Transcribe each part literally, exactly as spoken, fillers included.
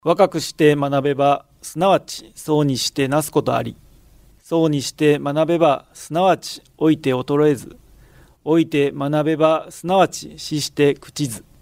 若くして学べば、すなわちそうにしてなすことあり。そうにして学べば、すなわち老いて衰えず。老いて学べば、すなわち死して朽ちず。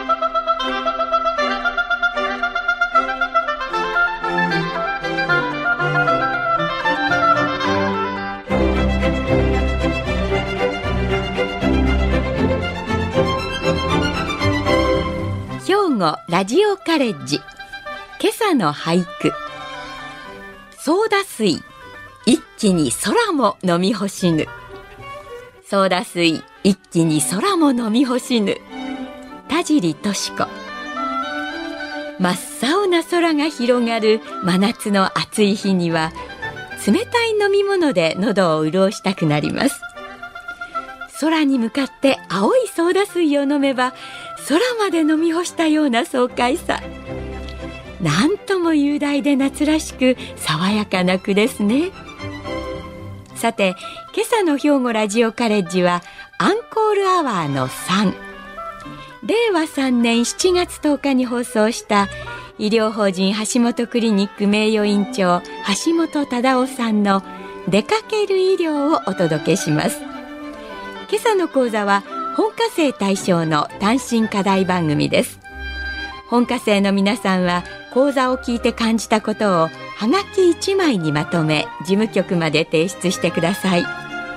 兵庫ラジオカレッジ、今朝の俳句。ソーダ水一気に空も飲み干しぬ。ソーダ水一気に空も飲み干しぬ。田尻敏子。真っ青な空が広がる真夏の暑い日には、冷たい飲み物で喉を潤したくなります。空に向かって青いソーダ水を飲めば、空まで飲み干したような爽快さ。なんとも雄大で夏らしく爽やかな句ですね。さて、今朝の兵庫ラジオカレッジはアンコールアワーのさん。れいわさんねんしちがつとおかに放送した医療法人橋本クリニック名誉院長橋本忠夫さんの出かける医療をお届けします。今朝の講座は本科生対象の単身課題番組です。本科生の皆さんは講座を聞いて感じたことをはがきいちまいにまとめ、事務局まで提出してください。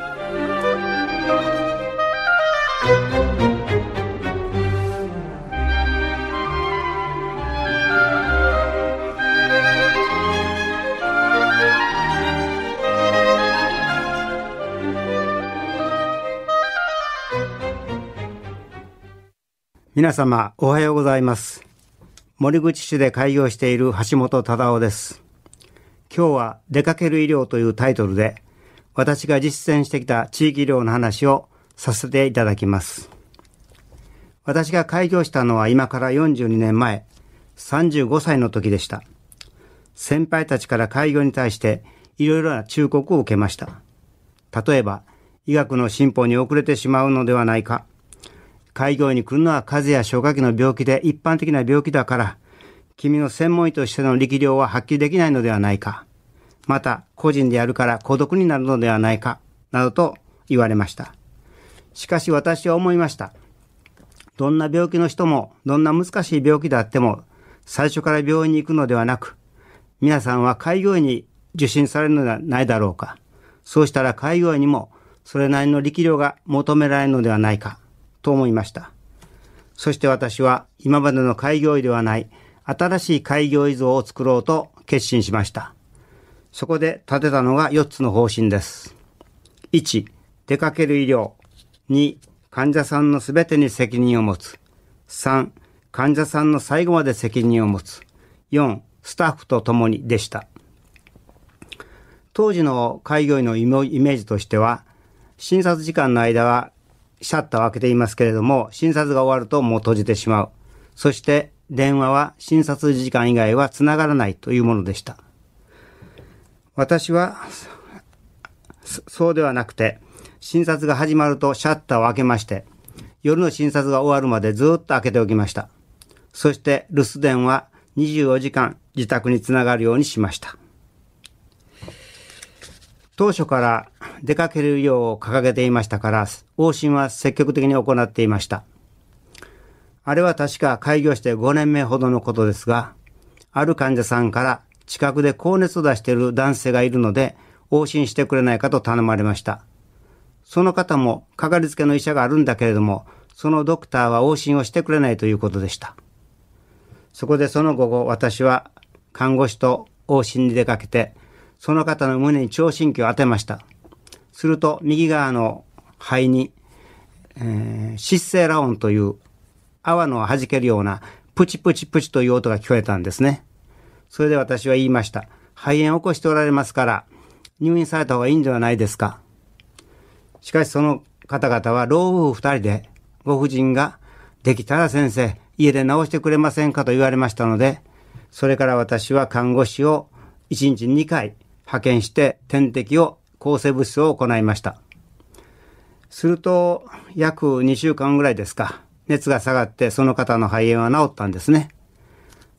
皆様おはようございます。森口市で開業している橋本忠夫です。今日は出かける医療というタイトルで、私が実践してきた地域医療の話をさせていただきます。私が開業したのは今からよんじゅうにねんまえ、さんじゅうごさいの時でした。先輩たちから開業に対していろいろな忠告を受けました。例えば、医学の進歩に遅れてしまうのではないか。開業医に来るのは風邪や消化器の病気で一般的な病気だから、君の専門医としての力量は発揮できないのではないか。また、個人でやるから孤独になるのではないか。などと言われました。しかし私は思いました。どんな病気の人も、どんな難しい病気であっても、最初から病院に行くのではなく、皆さんは開業医に受診されるのではないだろうか。そうしたら開業医にも、それなりの力量が求められるのではないか。と思いました。そして私は今までの開業医ではない新しい開業医像を作ろうと決心しました。そこで立てたのがよっつの方針です。いち、出かける医療。に、患者さんのすべてに責任を持つ。さん、患者さんの最後まで責任を持つ。よん、スタッフと共にでした。当時の開業医のイメージとしては、診察時間の間はシャッターを開けていますけれども、診察が終わるともう閉じてしまう。そして電話は診察時間以外はつながらないというものでした。私はそうではなくて、診察が始まるとシャッターを開けまして、夜の診察が終わるまでずっと開けておきました。そして留守電はにじゅうよじかん自宅につながるようにしました。当初から出かける医療を掲げていましたから、往診は積極的に行っていました。あれは確か開業してごねんめほどのことですが、ある患者さんから近くで高熱を出している男性がいるので、往診してくれないかと頼まれました。その方もかかりつけの医者があるんだけれども、そのドクターは往診をしてくれないということでした。そこでその午後、私は看護師と往診に出かけて、その方の胸に聴診器を当てました。すると右側の肺に、えー、湿性ラ音という泡の弾けるようなプチプチプチという音が聞こえたんですね。それで私は言いました。肺炎を起こしておられますから入院された方がいいんではないですか。しかしその方々は老夫婦二人で、ご婦人ができたら先生家で治してくれませんかと言われましたので、それから私は看護師をいちにちにかい派遣して点滴を抗生物質を行いました。すると約にしゅうかんぐらいですか、熱が下がってその方の肺炎は治ったんですね。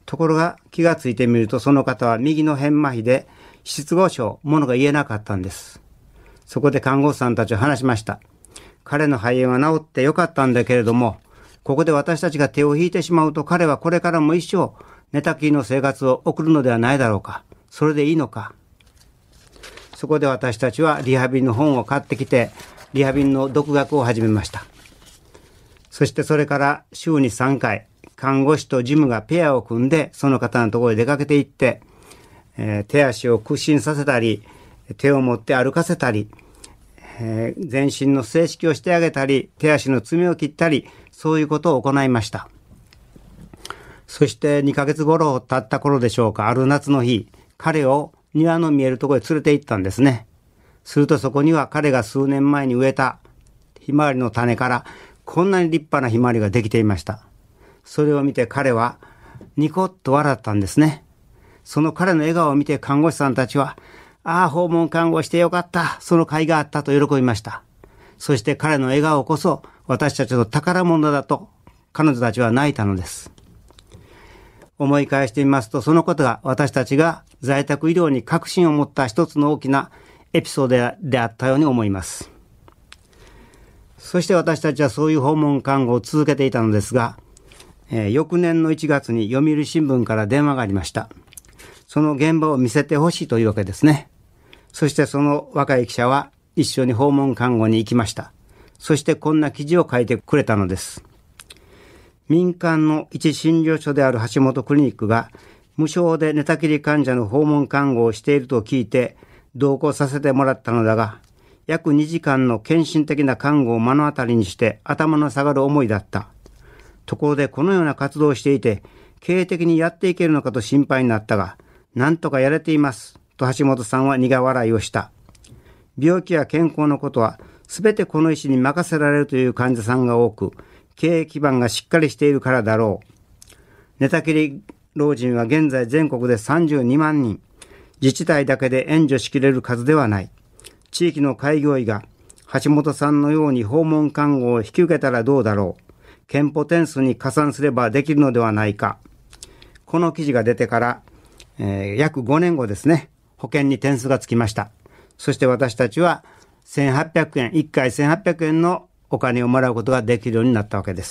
ところが気がついてみると、その方は右の変麻痺で失語症、ものが言えなかったんです。そこで看護師さんたちは話しました。彼の肺炎は治ってよかったんだけれども、ここで私たちが手を引いてしまうと、彼はこれからも一生寝たきりの生活を送るのではないだろうか。それでいいのか。そこで私たちはリハビリの本を買ってきて、リハビリの独学を始めました。そしてそれから週にさんかい、看護師と事務がペアを組んで、その方のところへ出かけていって、えー、手足を屈伸させたり、手を持って歩かせたり、えー、全身の正式をしてあげたり、手足の爪を切ったり、そういうことを行いました。そしてにかげつごろ経った頃でしょうか、ある夏の日、彼を庭の見えるところへ連れて行ったんですね。するとそこには彼が数年前に植えたひまわりの種からこんなに立派なひまわりができていました。それを見て彼はニコッと笑ったんですね。その彼の笑顔を見て看護師さんたちは、ああ、訪問看護してよかった、その甲斐があったと喜びました。そして彼の笑顔こそ私たちの宝物だと彼女たちは泣いたのです。思い返してみますと、そのことが私たちが在宅医療に確信を持った一つの大きなエピソードであったように思います。そして私たちはそういう訪問看護を続けていたのですが、えー、翌年のいちがつに読売新聞から電話がありました。その現場を見せてほしいというわけですね。そしてその若い記者は一緒に訪問看護に行きました。そしてこんな記事を書いてくれたのです。民間の一診療所である橋本クリニックが無償で寝たきり患者の訪問看護をしていると聞いて同行させてもらったのだが、約にじかんの献身的な看護を目の当たりにして頭の下がる思いだった。ところでこのような活動をしていて経営的にやっていけるのかと心配になったが、なんとかやれていますと橋本さんは苦笑いをした。病気や健康のことはすべてこの医師に任せられるという患者さんが多く、経営基盤がしっかりしているからだろう。寝たきり老人は現在全国でさんじゅうにまんにん。自治体だけで援助しきれる数ではない。地域の開業医が橋本さんのように訪問看護を引き受けたらどうだろう。健保点数に加算すればできるのではないか。この記事が出てから、えー、約ごねんごですね、保険に点数がつきました。そして私たちはせんはっぴゃくえん、いっかいせんはっぴゃくえんのお金をもらうことができるようになったわけです。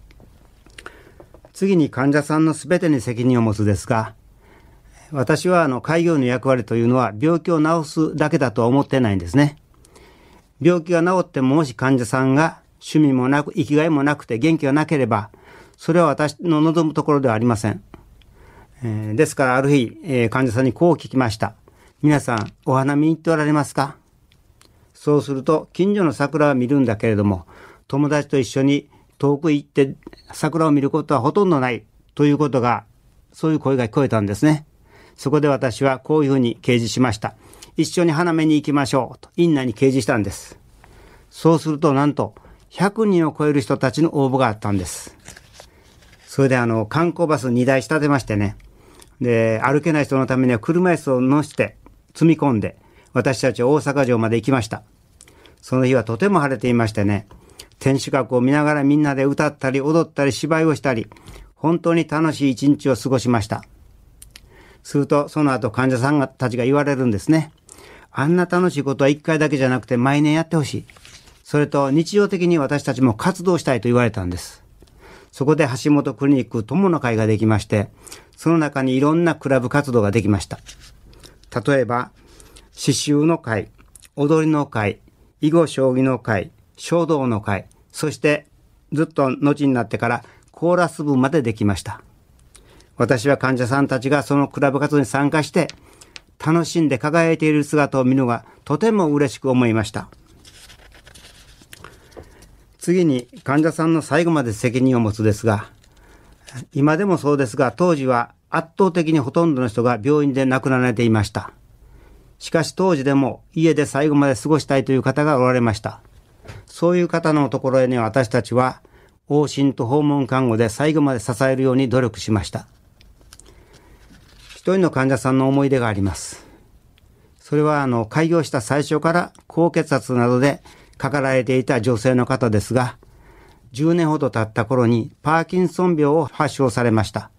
次に患者さんのすべてに責任を持つですが、私はあの開業医の役割というのは病気を治すだけだとは思ってないんですね。病気が治ってももし患者さんが趣味もなく生きがいもなくて元気がなければ、それは私の望むところではありません。えー、ですからある日、えー、患者さんにこう聞きました。皆さんお花見に行っておられますか？そうすると近所の桜は見るんだけれども、友達と一緒に遠く行って桜を見ることはほとんどないということが、そういう声が聞こえたんですね。そこで私はこういうふうに掲示しました。一緒に花見に行きましょうと院内に掲示したんです。そうするとなんとひゃくにんを超える人たちの応募があったんです。それであの観光バスにだい仕立てましてね、で歩けない人のためには車椅子を乗せて積み込んで、私たちは大阪城まで行きました。その日はとても晴れていましてね、天守閣を見ながらみんなで歌ったり踊ったり芝居をしたり、本当に楽しい一日を過ごしました。するとその後患者さんたちが言われるんですね。あんな楽しいことはいっかいだけじゃなくて毎年やってほしい。それと日常的に私たちも活動したいと言われたんです。そこで橋本クリニック友の会ができまして、その中にいろんなクラブ活動ができました。例えば刺繍の会、踊りの会、囲碁将棋の会、書道の会、そしてずっと後になってからコーラス部までできました。私は患者さんたちがそのクラブ活動に参加して楽しんで輝いている姿を見るのがとても嬉しく思いました。次に患者さんの最後まで責任を持つですが、今でもそうですが、当時は圧倒的にほとんどの人が病院で亡くなられていました。しかし当時でも家で最後まで過ごしたいという方がおられました。そういう方のところへね、私たちは往診と訪問看護で最後まで支えるように努力しました。一人の患者さんの思い出があります。それはあの開業した最初から高血圧などでかかられていた女性の方ですが、じゅうねんほど経った頃にパーキンソン病を発症されました。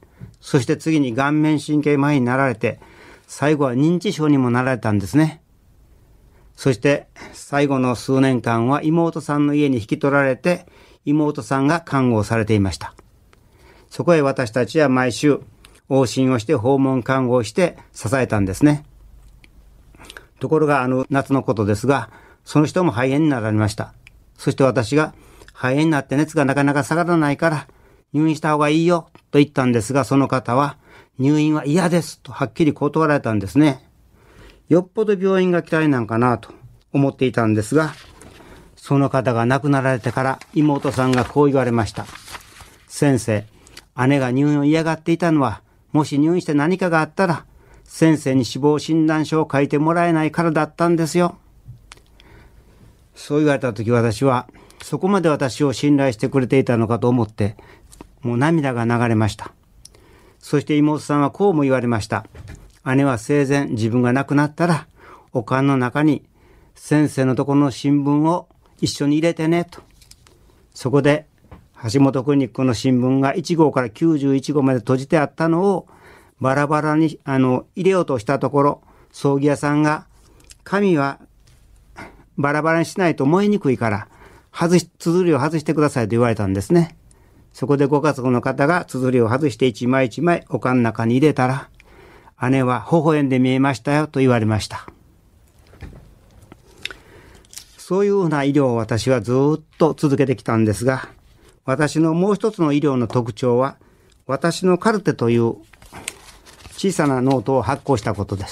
そして次に顔面神経麻痺になられて、最後は認知症にもなられたんですね。そして最後の数年間は妹さんの家に引き取られて、妹さんが看護をされていました。そこへ私たちは毎週往診をして訪問看護をして支えたんですね。ところがあの夏のことですが、その人も肺炎になられました。そして私が肺炎になって熱がなかなか下がらないから入院した方がいいよと言ったんですが、その方は入院は嫌ですとはっきり断られたんですね。よっぽど病院が嫌いなんかなと思っていたんですが、その方が亡くなられてから妹さんがこう言われました。先生、姉が入院を嫌がっていたのは、もし入院して何かがあったら先生に死亡診断書を書いてもらえないからだったんですよ。そう言われた時、私はそこまで私を信頼してくれていたのかと思ってもう涙が流れました。そして妹さんはこうも言われました。姉は生前自分が亡くなったらお棺の中に先生のところの新聞を一緒に入れてねと。そこで橋本クリニックの新聞がいち号からきゅうじゅういち号まで閉じてあったのをバラバラにあの入れようとしたところ、葬儀屋さんが紙はバラバラにしないと燃えにくいから外し綴りを外してくださいと言われたんですね。そこでご家族の方が綴りを外して一枚一枚お棺の中に入れたら、姉は微笑んで見えましたよと言われました。そういうふうな医療を私はずっと続けてきたんですが、私のもう一つの医療の特徴は、私のカルテという小さなノートを発行したことです。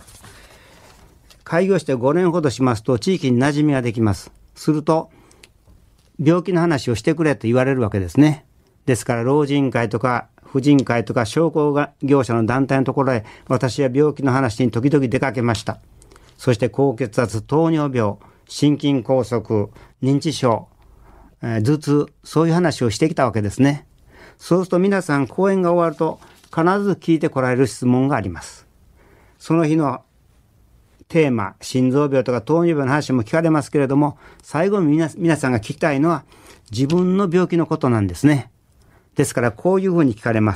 開業してごねんほどしますと地域に馴染みができます。すると病気の話をしてくれと言われるわけですね。ですから老人会とか婦人会とか商工業者の団体のところへ私は病気の話に時々出かけました。そして高血圧、糖尿病、心筋梗塞、認知症、えー、頭痛、そういう話をしてきたわけですね。そうすると皆さん講演が終わると必ず聞いてこられる質問があります。その日のテーマ、心臓病とか糖尿病の話も聞かれますけれども、最後に皆、皆さんが聞きたいのは自分の病気のことなんですね。ですからこういうふうに聞かれます。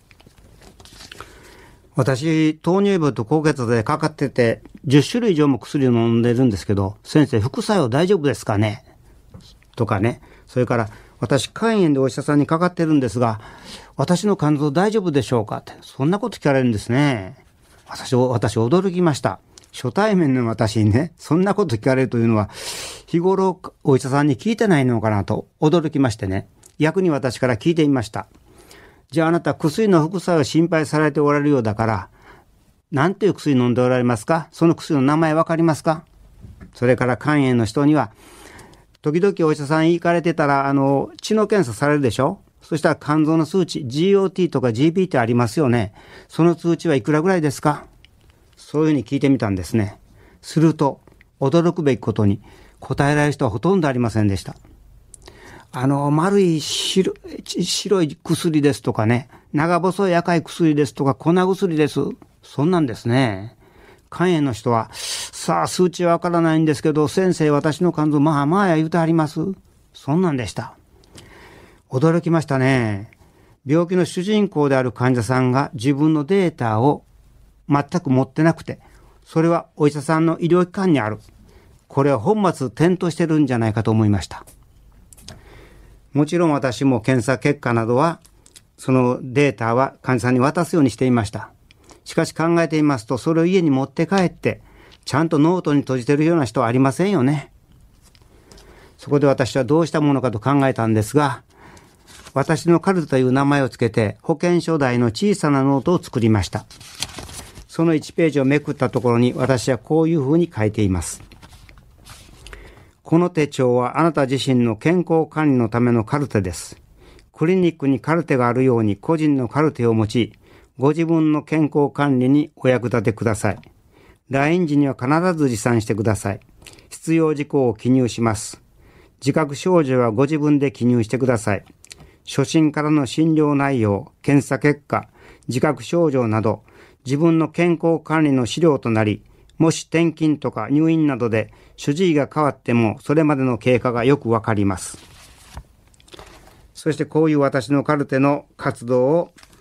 私、糖尿病と高血圧でかかっててじゅっしゅるい以上も薬を飲んでるんですけど、先生副作用大丈夫ですかねとかね。それから私肝炎でお医者さんにかかってるんですが、私の肝臓大丈夫でしょうかって、そんなこと聞かれるんですね。私、私驚きました。初対面の私にね、そんなこと聞かれるというのは日頃お医者さんに聞いてないのかなと驚きましてね、逆に私から聞いてみました。じゃああなた薬の副作用を心配されておられるようだから、何という薬飲んでおられますか？その薬の名前わかりますか？それから肝炎の人には時々お医者さんに行かれてたらあの血の検査されるでしょ。そしたら肝臓の数値 ジーオーティー とか ジーピー ってありますよね。その数値はいくらぐらいですか？そういうふうに聞いてみたんですね。すると驚くべきことに答えられる人はほとんどありませんでした。あの丸い 白, 白い薬ですとかね、長細い赤い薬ですとか粉薬です、そんなんですね。肝炎の人はさあ数値はわからないんですけど、先生私の肝臓まあまあや言うてはります、そんなんでした。驚きましたね。病気の主人公である患者さんが自分のデータを全く持ってなくて、それはお医者さんの医療機関にある。これは本末転倒してるんじゃないかと思いました。もちろん私も検査結果などはそのデータは患者さんに渡すようにしていました。しかし考えていますと、それを家に持って帰ってちゃんとノートに閉じているような人はありませんよね。そこで私はどうしたものかと考えたんですが、私のカルテという名前をつけて保険証代の小さなノートを作りました。そのいちページをめくったところに私はこういうふうに書いています。この手帳はあなた自身の健康管理のためのカルテです。クリニックにカルテがあるように個人のカルテを持ち、ご自分の健康管理にお役立てください。来院時には必ず持参してください。必要事項を記入します。自覚症状はご自分で記入してください。初診からの診療内容、検査結果、自覚症状など、自分の健康管理の資料となり、もし転勤とか入院などで主治医が変わってもそれまでの経過がよくわかります。そしてこういう私のカルテの活動を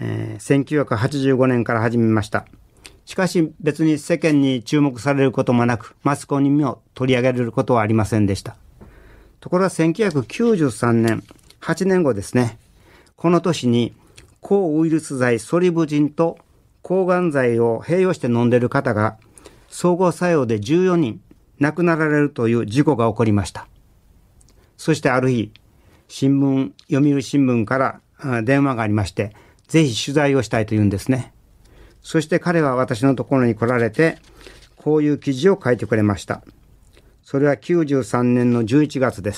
えー、せんきゅうひゃくはちじゅうごねんから始めました。しかし別に世間に注目されることもなく、マスコミにも取り上げられることはありませんでした。ところがせんきゅうひゃくきゅうじゅうさんねん、はちねんごですね。この年に抗ウイルス剤ソリブジンと抗がん剤を併用して飲んでいる方が相互作用でじゅうよにん亡くなられるという事故が起こりました。そしてある日、新聞、読売新聞から電話がありまして、ぜひ取材をしたいというんですね。そして彼は私のところに来られて、こういう記事を書いてくれました。それはきゅうじゅうさんねんのじゅういちがつです。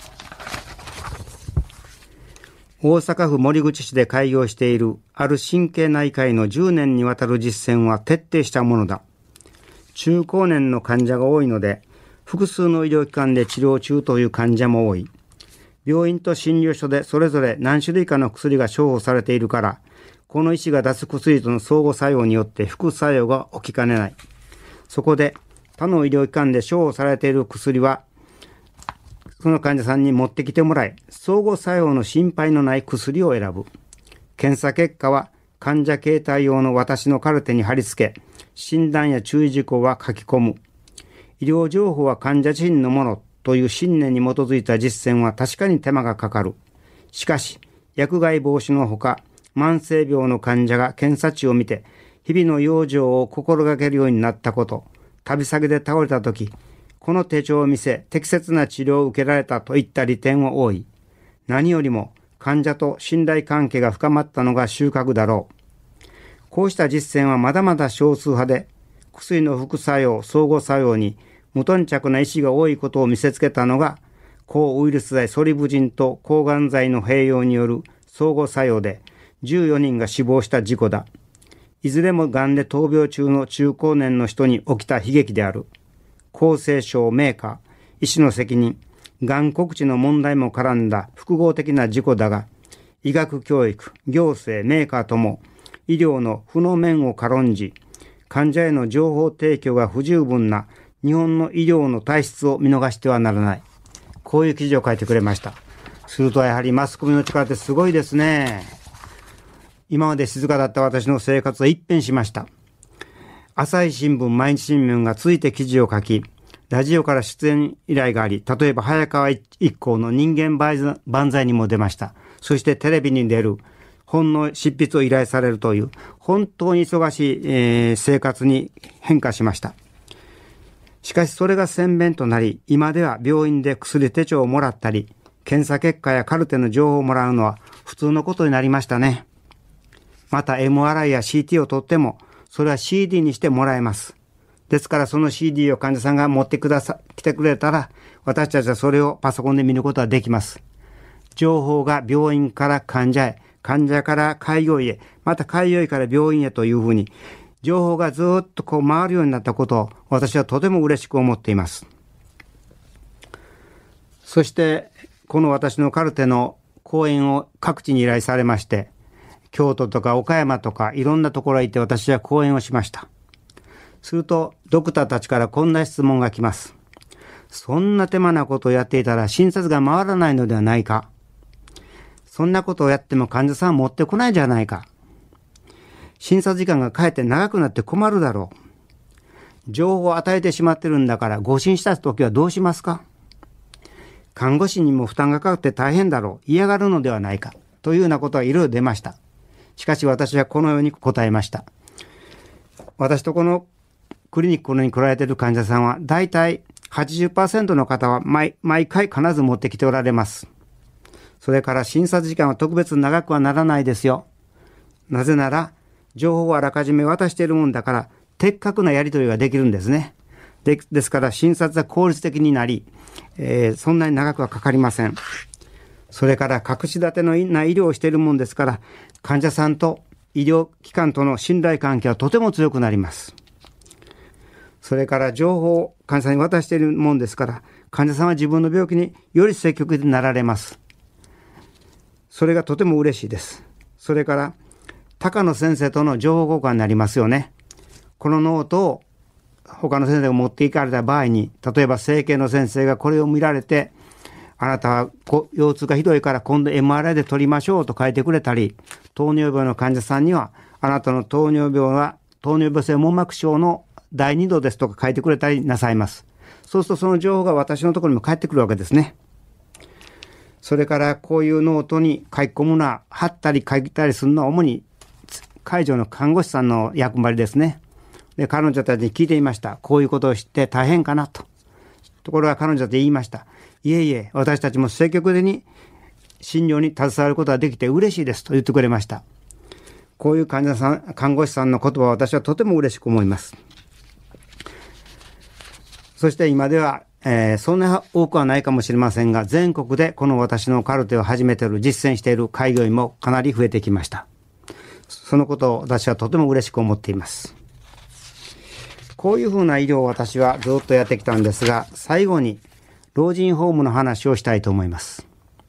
大阪府守口市で開業しているある神経内科医のじゅうねんにわたる実践は徹底したものだ。中高年の患者が多いので、複数の医療機関で治療中という患者も多い。病院と診療所でそれぞれ何種類かの薬が処方されているから、この医師が出す薬との相互作用によって副作用が起きかねない。そこで他の医療機関で処方されている薬は、その患者さんに持ってきてもらい、相互作用の心配のない薬を選ぶ。検査結果は患者携帯用の私のカルテに貼り付け、診断や注意事項は書き込む。医療情報は患者自身のものという信念に基づいた実践は確かに手間がかかる。しかし、薬害防止のほか、慢性病の患者が検査値を見て、日々の養生を心がけるようになったこと、旅先で倒れたとき、この手帳を見せ、適切な治療を受けられたといった利点は多い。何よりも、患者と信頼関係が深まったのが収穫だろう。こうした実践はまだまだ少数派で、薬の副作用、相互作用に無頓着な医師が多いことを見せつけたのが、抗ウイルス剤ソリブジンと抗がん剤の併用による相互作用で、じゅうよにんが死亡した事故だ。いずれもがんで闘病中の中高年の人に起きた悲劇である。厚生省、メーカー、医師の責任、がん告知の問題も絡んだ複合的な事故だが、医学教育、行政、メーカーとも医療の負の面を軽んじ、患者への情報提供が不十分な日本の医療の体質を見逃してはならない。こういう記事を書いてくれました。するとやはりマスコミの力ってすごいですね。今まで静かだった私の生活は一変しました。朝日新聞、毎日新聞がついて記事を書き、ラジオから出演依頼があり、例えば早川一行の人間万歳にも出ました。そしてテレビに出る本の執筆を依頼されるという、本当に忙しい、えー、生活に変化しました。しかしそれが先鞭となり、今では病院で薬手帳をもらったり、検査結果やカルテの情報をもらうのは普通のことになりましたね。また エムアールアイ や シーティー を取っても、それは シーディー にしてもらえます。ですからその シーディー を患者さんが持ってくださ、来てくれたら、私たちはそれをパソコンで見ることができます。情報が病院から患者へ、患者から開業医へ、また開業医から病院へというふうに、情報がずっとこう回るようになったことを私はとても嬉しく思っています。そしてこの私のカルテの講演を各地に依頼されまして、京都とか岡山とかいろんなところへ行って私は講演をしました。するとドクターたちからこんな質問が来ます。そんな手間なことをやっていたら診察が回らないのではないか。そんなことをやっても患者さんは持ってこないじゃないか。診察時間がかえって長くなって困るだろう。情報を与えてしまってるんだから誤診したときはどうしますか。看護師にも負担がかかって大変だろう。嫌がるのではないか。というようなことがいろいろ出ました。しかし私はこのように答えました。私とこのクリニックに来られている患者さんはだいたい はちじゅっパーセント の方は 毎, 毎回必ず持ってきておられます。それから診察時間は特別長くはならないですよ。なぜなら情報をあらかじめ渡しているもんだから的確なやり取りができるんですね。で、ですから診察は効率的になり、えー、そんなに長くはかかりません。それから隠し立てのな医療をしているもんですから、患者さんと医療機関との信頼関係はとても強くなります。それから情報を患者さんに渡しているもんですから、患者さんは自分の病気により積極的になられます。それがとても嬉しいです。それから他の先生との情報交換になりますよね。このノートを他の先生が持っていかれた場合に、例えば整形の先生がこれを見られて、 あなたは腰痛がひどいから今度 エムアールアイ で取りましょうと書いてくれたり、糖尿病の患者さんにはあなたの糖尿病は糖尿病性網膜症のだいにどですとか書いてくれたりなさいます。そうするとその情報が私のところにも返ってくるわけですね。それからこういうノートに書き込むのは、貼ったり書いたりするのは主に介助の看護師さんの役割ですね。で、彼女たちに聞いていました。こういうことを知って大変かなと。ところが彼女たち言いました。いえいえ、私たちも積極的に診療に携わることができて嬉しいですと言ってくれました。こういう患者さん、看護師さんの言葉は私はとても嬉しく思います。そして今では、えー、そんな多くはないかもしれませんが、全国でこの私のカルテを始めている、実践している開業医もかなり増えてきました。そのことを私はとても嬉しく思っています。こういうふうな医療を私はずっとやってきたんですが、最後に老人ホームの話をしたいと思います。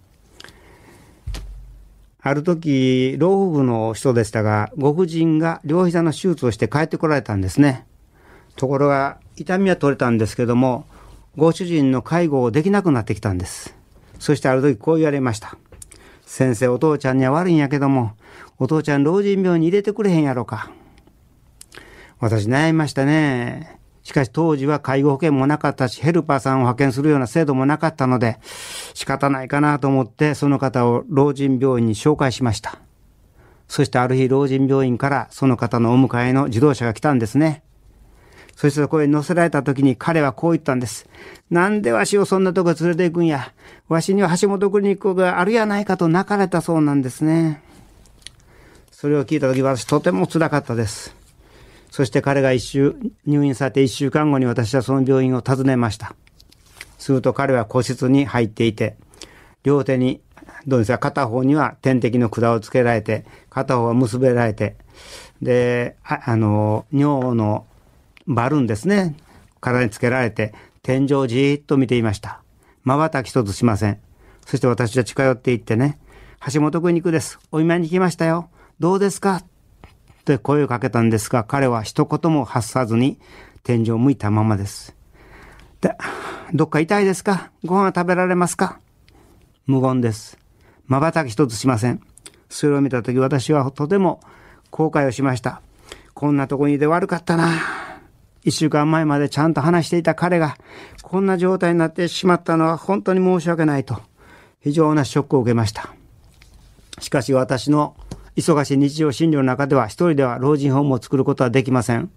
ある時、老夫婦の人でしたが、ご婦人が両膝の手術をして帰ってこられたんですね。ところが、痛みは取れたんですけども、ご主人の介護をできなくなってきたんです。そしてある時こう言われました。先生、お父ちゃんには悪いんやけども、お父ちゃん老人病に入れてくれへんやろか。私悩みましたね。しかし当時は介護保険もなかったし、ヘルパーさんを派遣するような制度もなかったので、仕方ないかなと思って、その方を老人病院に紹介しました。そしてある日、老人病院からその方のお迎えの自動車が来たんですね。そしてそこへ乗せられた時に彼はこう言ったんです。なんでわしをそんなとこ連れて行くんや。わしには橋本クリニックがあるやないかと泣かれたそうなんですね。それを聞いた時、私とても辛かったです。そして彼が一週入院されて一週間後に私はその病院を訪ねました。すると彼は個室に入っていて、両手にどうですか、片方には点滴の管をつけられて、片方は結べられて、で、あ、あの尿のバルーンですね、体につけられて天井をじーっと見ていました。瞬き一つしません。そして私は近寄っていってね、橋本クリニックです、お見舞いに来ましたよ、どうですかって声をかけたんですが、彼は一言も発さずに天井を向いたままです。で、どっか痛いですか、ご飯は食べられますか。無言です。瞬き一つしません。それを見たとき、私はとても後悔をしました。こんなとこにいて悪かったな。一週間前までちゃんと話していた彼がこんな状態になってしまったのは本当に申し訳ないと、非常なショックを受けました。しかし私の忙しい日常診療の中では一人では老人ホームを作ることはできません。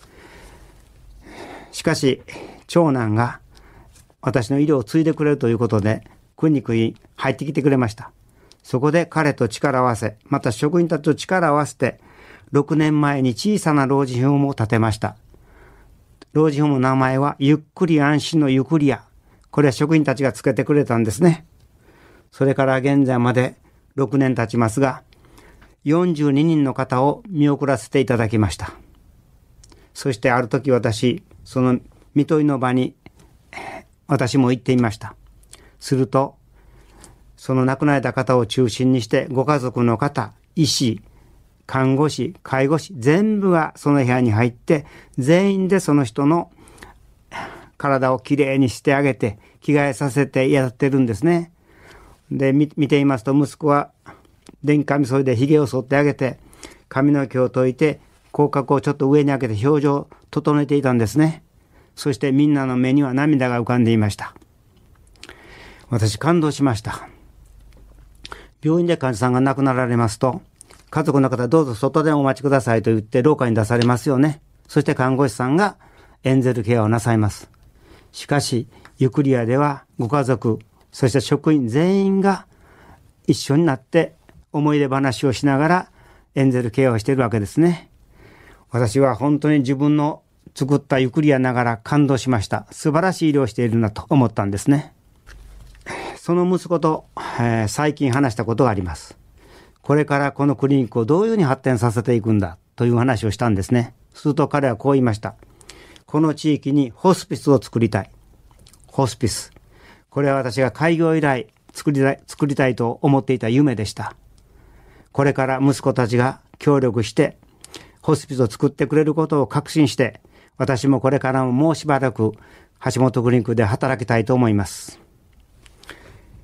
しかし長男が私の医療を継いでくれるということでクリニックに入ってきてくれました。そこで彼と力を合わせ、また職員たちと力を合わせてろくねんまえに小さな老人ホームを建てました。老人ホームの名前はゆっくり安心のゆくりや。これは職員たちがつけてくれたんですね。それから現在までろくねん経ちますが、よんじゅうににんの方を見送らせていただきました。そしてある時私、その看取りの場に私も行っていました。すると、その亡くなられた方を中心にしてご家族の方、医師、看護師、介護士、全部がその部屋に入って、全員でその人の体をきれいにしてあげて、着替えさせてやってるんですね。で、見ていますと、息子は電カミソリで髭を剃ってあげて、髪の毛を解いて、口角をちょっと上に上げて表情を整えていたんですね。そしてみんなの目には涙が浮かんでいました。私感動しました。病院で患者さんが亡くなられますと、家族の方どうぞ外でお待ちくださいと言って廊下に出されますよね。そして看護師さんがエンゼルケアをなさいます。しかしユクリアではご家族、そして職員全員が一緒になって思い出話をしながらエンゼルケアをしているわけですね。私は本当に自分の作ったユクリアながら感動しました。素晴らしい医療をしているなと思ったんですね。その息子と、えー、最近話したことがあります。これからこのクリニックをどういうふうに発展させていくんだという話をしたんですね。すると彼はこう言いました。この地域にホスピスを作りたい。ホスピス。これは私が開業以来作りたい、作りたいと思っていた夢でした。これから息子たちが協力してホスピスを作ってくれることを確信して、私もこれからももうしばらく橋本クリニックで働きたいと思います。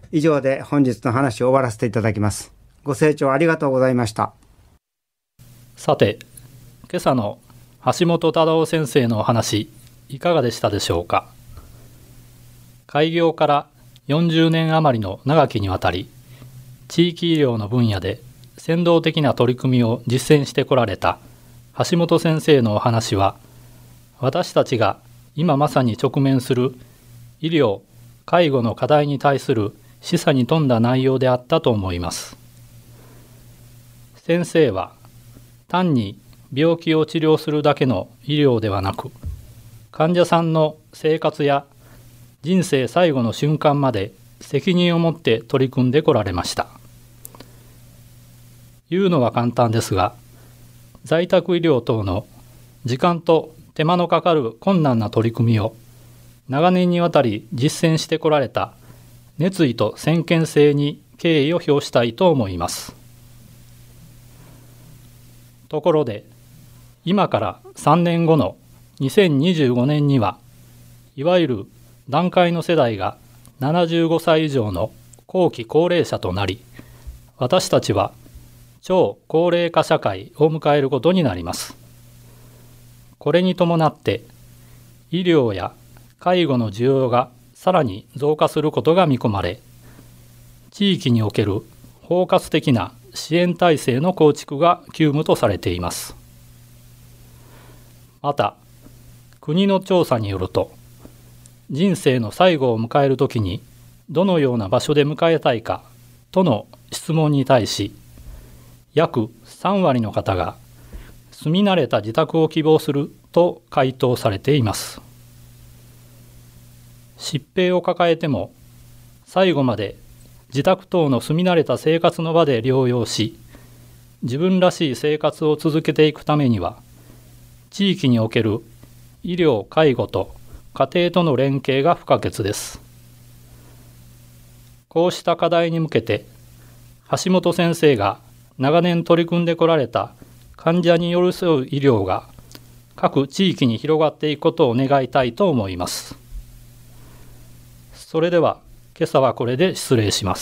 以上で本日の話を終わらせていただきます。ご清聴ありがとうございました。 さて、今朝の橋本忠夫先生のお話いかがでしたでしょうか。開業からよんじゅうねん余りの長きにわたり、地域医療の分野で先導的な取り組みを実践してこられた橋本先生のお話は、私たちが今まさに直面する医療・介護の課題に対する示唆に富んだ内容であったと思います。先生は単に病気を治療するだけの医療ではなく、患者さんの生活や人生最後の瞬間まで責任を持って取り組んでこられました。言うのは簡単ですが、在宅医療等の時間と手間のかかる困難な取り組みを長年にわたり実践してこられた熱意と先見性に敬意を表したいと思います。ところで、今からさんねんごのにせんにじゅうごねんには、いわゆる団塊の世代がななじゅうごさい以上の後期高齢者となり、私たちは超高齢化社会を迎えることになります。これに伴って医療や介護の需要がさらに増加することが見込まれ、地域における包括的な支援体制の構築が急務とされています。また、国の調査によると、人生の最後を迎えるときにどのような場所で迎えたいかとの質問に対し、約さんわりの方が住み慣れた自宅を希望すると回答されています。疾病を抱えても最後まで自宅等の住み慣れた生活の場で療養し、自分らしい生活を続けていくためには、地域における医療・介護と家庭との連携が不可欠です。こうした課題に向けて、橋本先生が長年取り組んでこられた患者に寄り添う医療が各地域に広がっていくことを願いたいと思います。それでは今朝はこれで失礼します。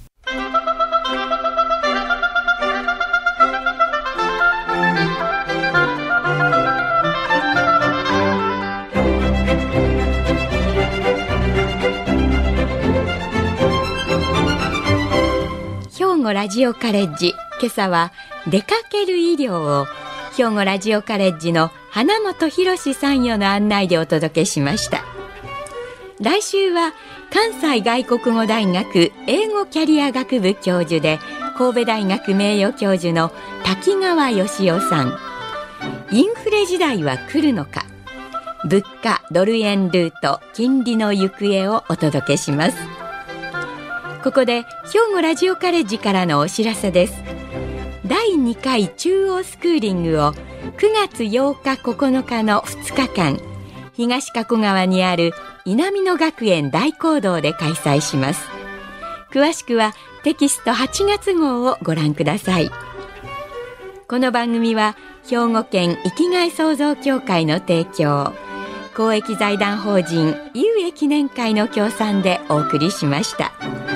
兵庫ラジオカレッジ、今朝は出かける医療を兵庫ラジオカレッジの花本博参与の案内でお届けしました。来週は関西外国語大学英語キャリア学部教授で神戸大学名誉教授の滝川義夫さん、インフレ時代は来るのか、物価ドル円ルート金利の行方をお届けします。ここで兵庫ラジオカレッジからのお知らせです。だいにかい中央スクーリングをくがつようかここのかのふつかかん、東加古川にある稲美野学園大講堂で開催します。詳しくはテキストはちがつ号をご覧ください。この番組は兵庫県生きがい創造協会の提供、公益財団法人有益記念会の協賛でお送りしました。